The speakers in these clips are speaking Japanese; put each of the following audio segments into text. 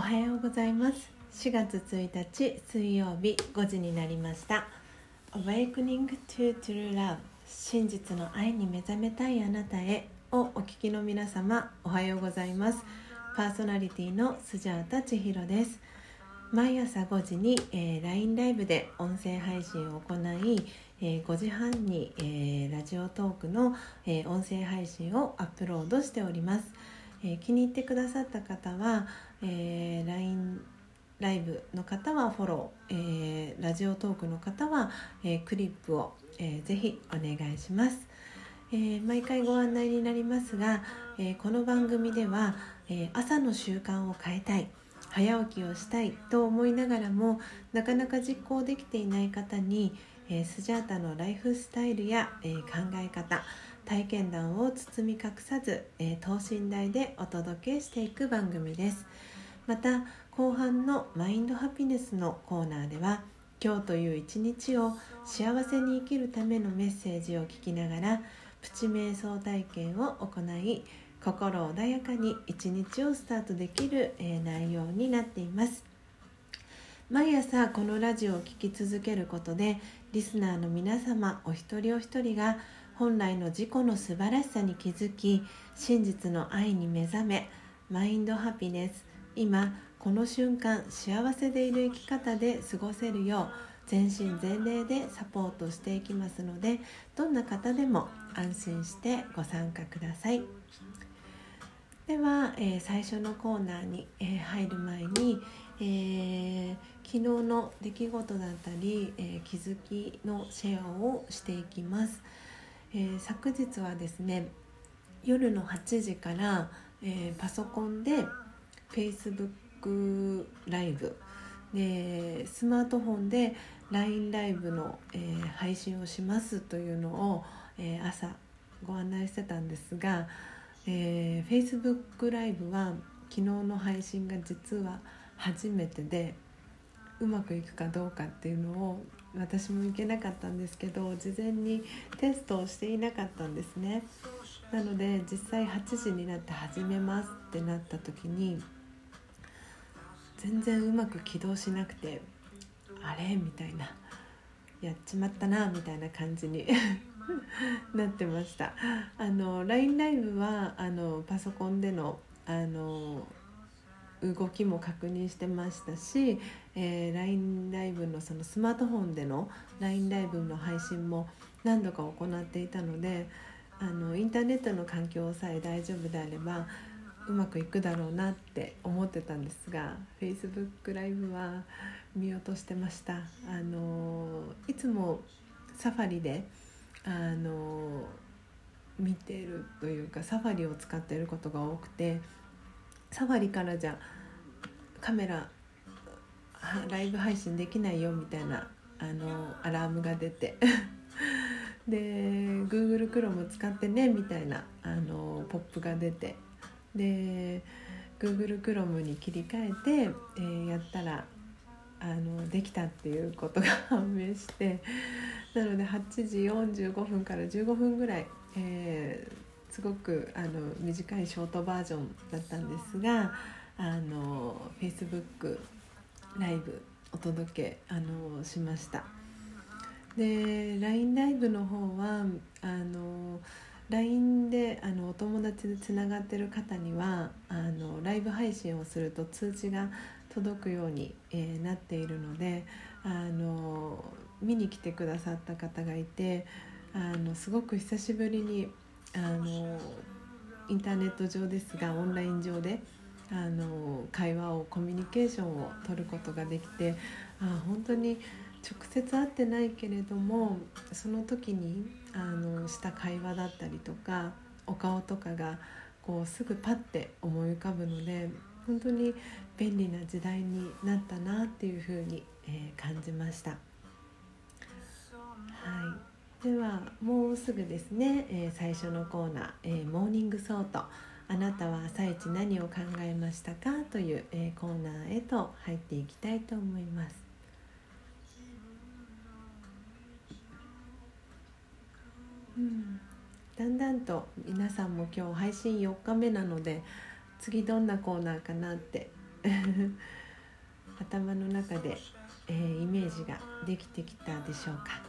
はようございます。4月1日水曜日5時になりました。 Awakening to True Love 真実の愛に目覚めたいあなたへをお聞きの皆様、おはようございます。パーソナリティのスジャータ千尋です。毎朝5時に、LINE ライブで音声配信を行い、5時半に、ラジオトークの、音声配信をアップロードしております。気に入ってくださった方は、LINE ライブの方はフォロー、ラジオトークの方は、クリップを、ぜひお願いします。毎回ご案内になりますが、この番組では、朝の習慣を変えたい、早起きをしたいと思いながらもなかなか実行できていない方に、スジャータのライフスタイルや、考え方、体験談を包み隠さず、等身大でお届けしていく番組です。また後半のマインドハピネスのコーナーでは、今日という一日を幸せに生きるためのメッセージを聞きながらプチ瞑想体験を行い、心穏やかに一日をスタートできる、内容になっています。毎朝このラジオを聴き続けることで、リスナーの皆様お一人お一人が本来の自己の素晴らしさに気づき、真実の愛に目覚め、マインドハピネス、今この瞬間幸せでいる生き方で過ごせるよう全身全霊でサポートしていきますので、どんな方でも安心してご参加ください。では、最初のコーナーに、入る前に、昨日の出来事だったり、気づきのシェアをしていきます。昨日はですね、夜の8時から、パソコンで Facebook ライブで、スマートフォンで LINE ライブの、配信をしますというのを、朝ご案内してたんですが、Facebook ライブは昨日の配信が実は初めてで、うまくいくかどうかっていうのを私もいけなかったんですけど、事前にテストをしていなかったんですね。なので実際8時になって始めますってなった時に、全然うまく起動しなくて、あれみたいな、やっちまったなみたいな感じになってました。LINE ライブはパソコンでの動きも確認してましたし、LINE ライブのそのスマートフォンでの LINE ライブの配信も何度か行っていたので、インターネットの環境さえ大丈夫であればうまくいくだろうなって思ってたんですが、 Facebook ライブは見落としてました。いつもサファリで見ているというか、サファリを使っていることが多くて、サファリからじゃカメラライブ配信できないよみたいなアラームが出てで Google Chrome 使ってねみたいなポップが出て、で Google Chrome に切り替えて、やったらできたっていうことが判明して、なので8時45分から15分ぐらい、すごく短いショートバージョンだったんですが、Facebook ライブお届けしました。で LINE ライブの方はLINE でお友達でつながってる方にはライブ配信をすると通知が届くように、なっているので、見に来てくださった方がいて、すごく久しぶりにインターネット上ですがオンライン上で会話をコミュニケーションを取ることができて、本当に直接会ってないけれどもその時にした会話だったりとかお顔とかがこうすぐパッて思い浮かぶので、本当に便利な時代になったなっていうふうに、感じました。はい、ではもうすぐですね、最初のコーナー、モーニングソート、あなたは朝一何を考えましたかという、コーナーへと入っていきたいと思います。だんだんと皆さんも今日配信4日目なので、次どんなコーナーかなって頭の中で、イメージができてきたでしょうか。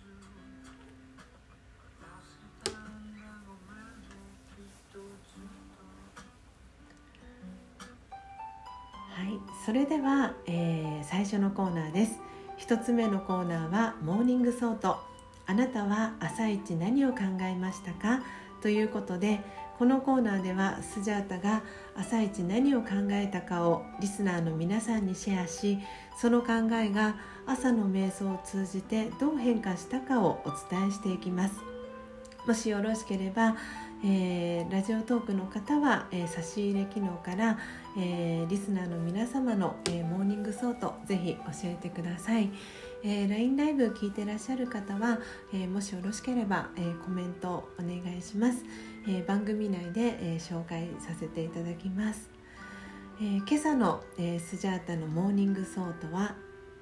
はい、それでは、最初のコーナーです。一つ目のコーナーはモーニングソート。あなたは朝一何を考えましたかということで、このコーナーではスジャータが朝一何を考えたかをリスナーの皆さんにシェアし、その考えが朝の瞑想を通じてどう変化したかをお伝えしていきます。もしよろしければ、ラジオトークの方は、差し入れ機能から、リスナーの皆様の、モーニングソートぜひ教えてください。LINE ライブ聞いてらっしゃる方は、もしよろしければ、コメントお願いします。番組内で、紹介させていただきます。今朝の、スジャータのモーニングソートは、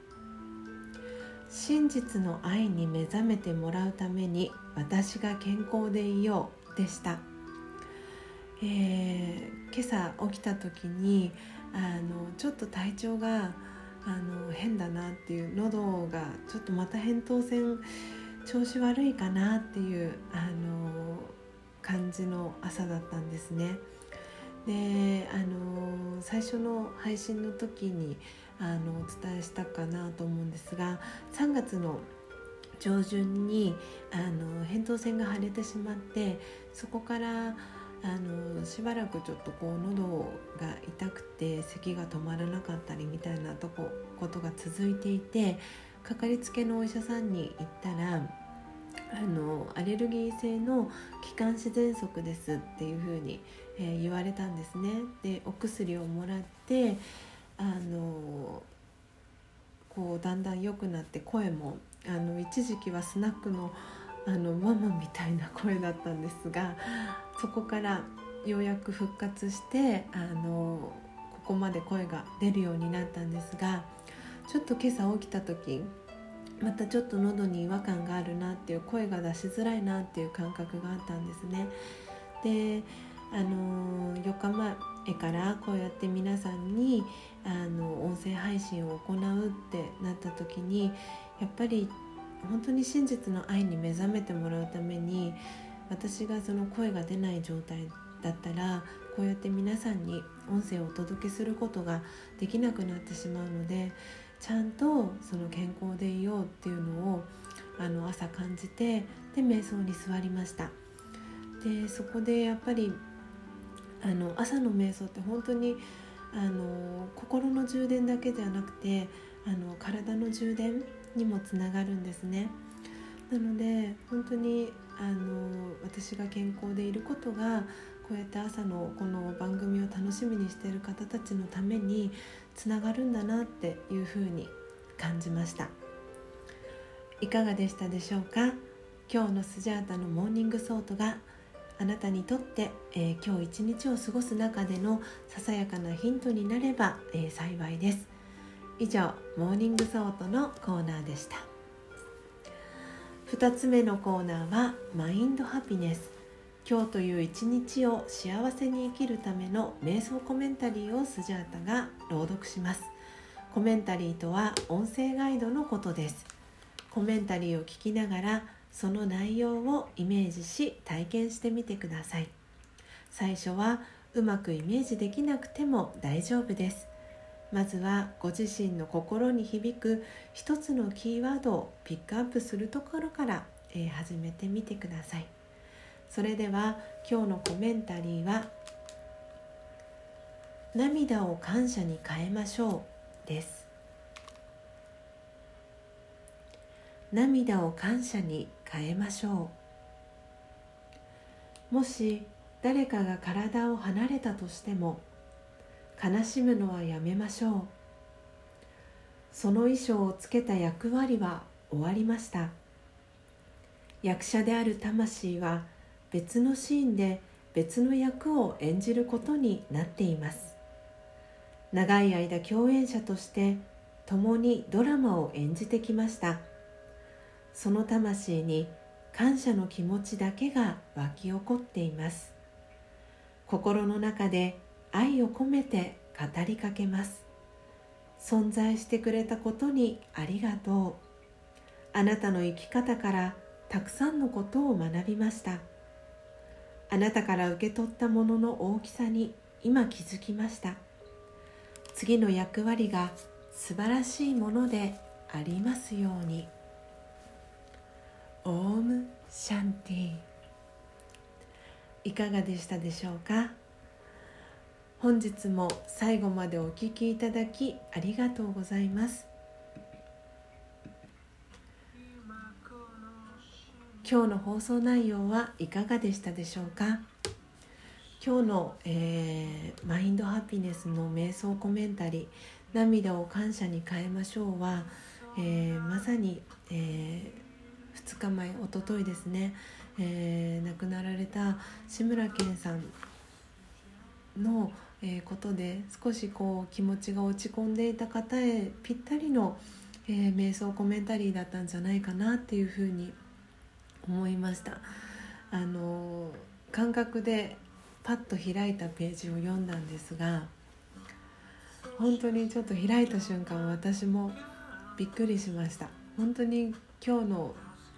真実の愛に目覚めてもらうために私が健康でいようでした。今朝起きた時にちょっと体調が変だなっていう、喉がちょっとまた扁桃腺調子悪いかなっていう感じの朝だったんですね。で最初の配信の時にお伝えしたかなと思うんですが、3月の上旬に扁桃腺が腫れてしまって、そこからしばらくちょっと喉が痛くて咳が止まらなかったりみたいなことが続いていて、かかりつけのお医者さんに行ったらアレルギー性の気管支喘息ですっていうふうに、言われたんですね。でお薬をもらってだんだん良くなって、声も一時期はスナックのママみたいな声だったんですが、そこからようやく復活してここまで声が出るようになったんですが、ちょっと今朝起きた時またちょっと喉に違和感があるなっていう、声が出しづらいなっていう感覚があったんですね。で4日前からこうやって皆さんに音声配信を行うってなった時に、やっぱり本当に真実の愛に目覚めてもらうために、私がその声が出ない状態だったらこうやって皆さんに音声をお届けすることができなくなってしまうので、ちゃんとその健康でいようっていうのを朝感じて、で瞑想に座りました。でそこでやっぱり朝の瞑想って本当に心の充電だけじゃなくて体の充電にもつながるんですね。なので本当に私が健康でいることが、こうやって朝のこの番組を楽しみにしている方たちのためにつながるんだなっていうふうに感じました。いかがでしたでしょうか。今日のスジャータのモーニングソートがあなたにとって、今日一日を過ごす中でのささやかなヒントになれば、幸いです。以上、モーニングソートのコーナーでした。2つ目のコーナーはマインドハピネス。今日という一日を幸せに生きるための瞑想コメンタリーをスジャータが朗読します。コメンタリーとは音声ガイドのことです。コメンタリーを聞きながらその内容をイメージし体験してみてください。最初はうまくイメージできなくても大丈夫です。まずはご自身の心に響く一つのキーワードをピックアップするところから、始めてみてください。それでは今日のコメンタリーは、涙を感謝に変えましょうです。涙を感謝に変えましょう。もし誰かが体を離れたとしても、悲しむのはやめましょう。その衣装をつけた役割は終わりました。役者である魂は別のシーンで別の役を演じることになっています。長い間共演者として共にドラマを演じてきました。その魂に感謝の気持ちだけが湧き起こっています。心の中で愛を込めて語りかけます。存在してくれたことにありがとう。あなたの生き方からたくさんのことを学びました。あなたから受け取ったものの大きさに今気づきました。次の役割が素晴らしいものでありますように。オームシャンティ。いかがでしたでしょうか。本日も最後までお聞きいただきありがとうございます。今日の放送内容はいかがでしたでしょうか。今日の、マインドハピネスの瞑想コメンタリー、涙を感謝に変えましょうは、まさに、2日前、一昨日ですね、亡くなられた志村けんさんの、ことで少し気持ちが落ち込んでいた方へぴったりの、瞑想コメンタリーだったんじゃないかなっていうふうに思いました。感覚でパッと開いたページを読んだんですが、本当にちょっと開いた瞬間私もびっくりしました。本当に今日の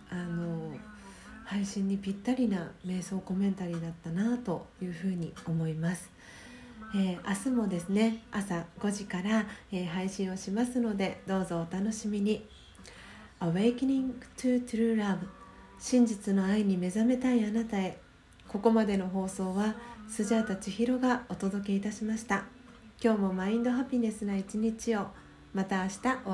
配信にぴったりな瞑想コメンタリーだったなというふうに思います。明日もですね、朝5時から、配信をしますので、どうぞお楽しみに。 Awakening to True Love、 真実の愛に目覚めたいあなたへ。ここまでの放送はスジャータ千尋がお届けいたしました。今日もマインドハピネスな一日を。また明日お会い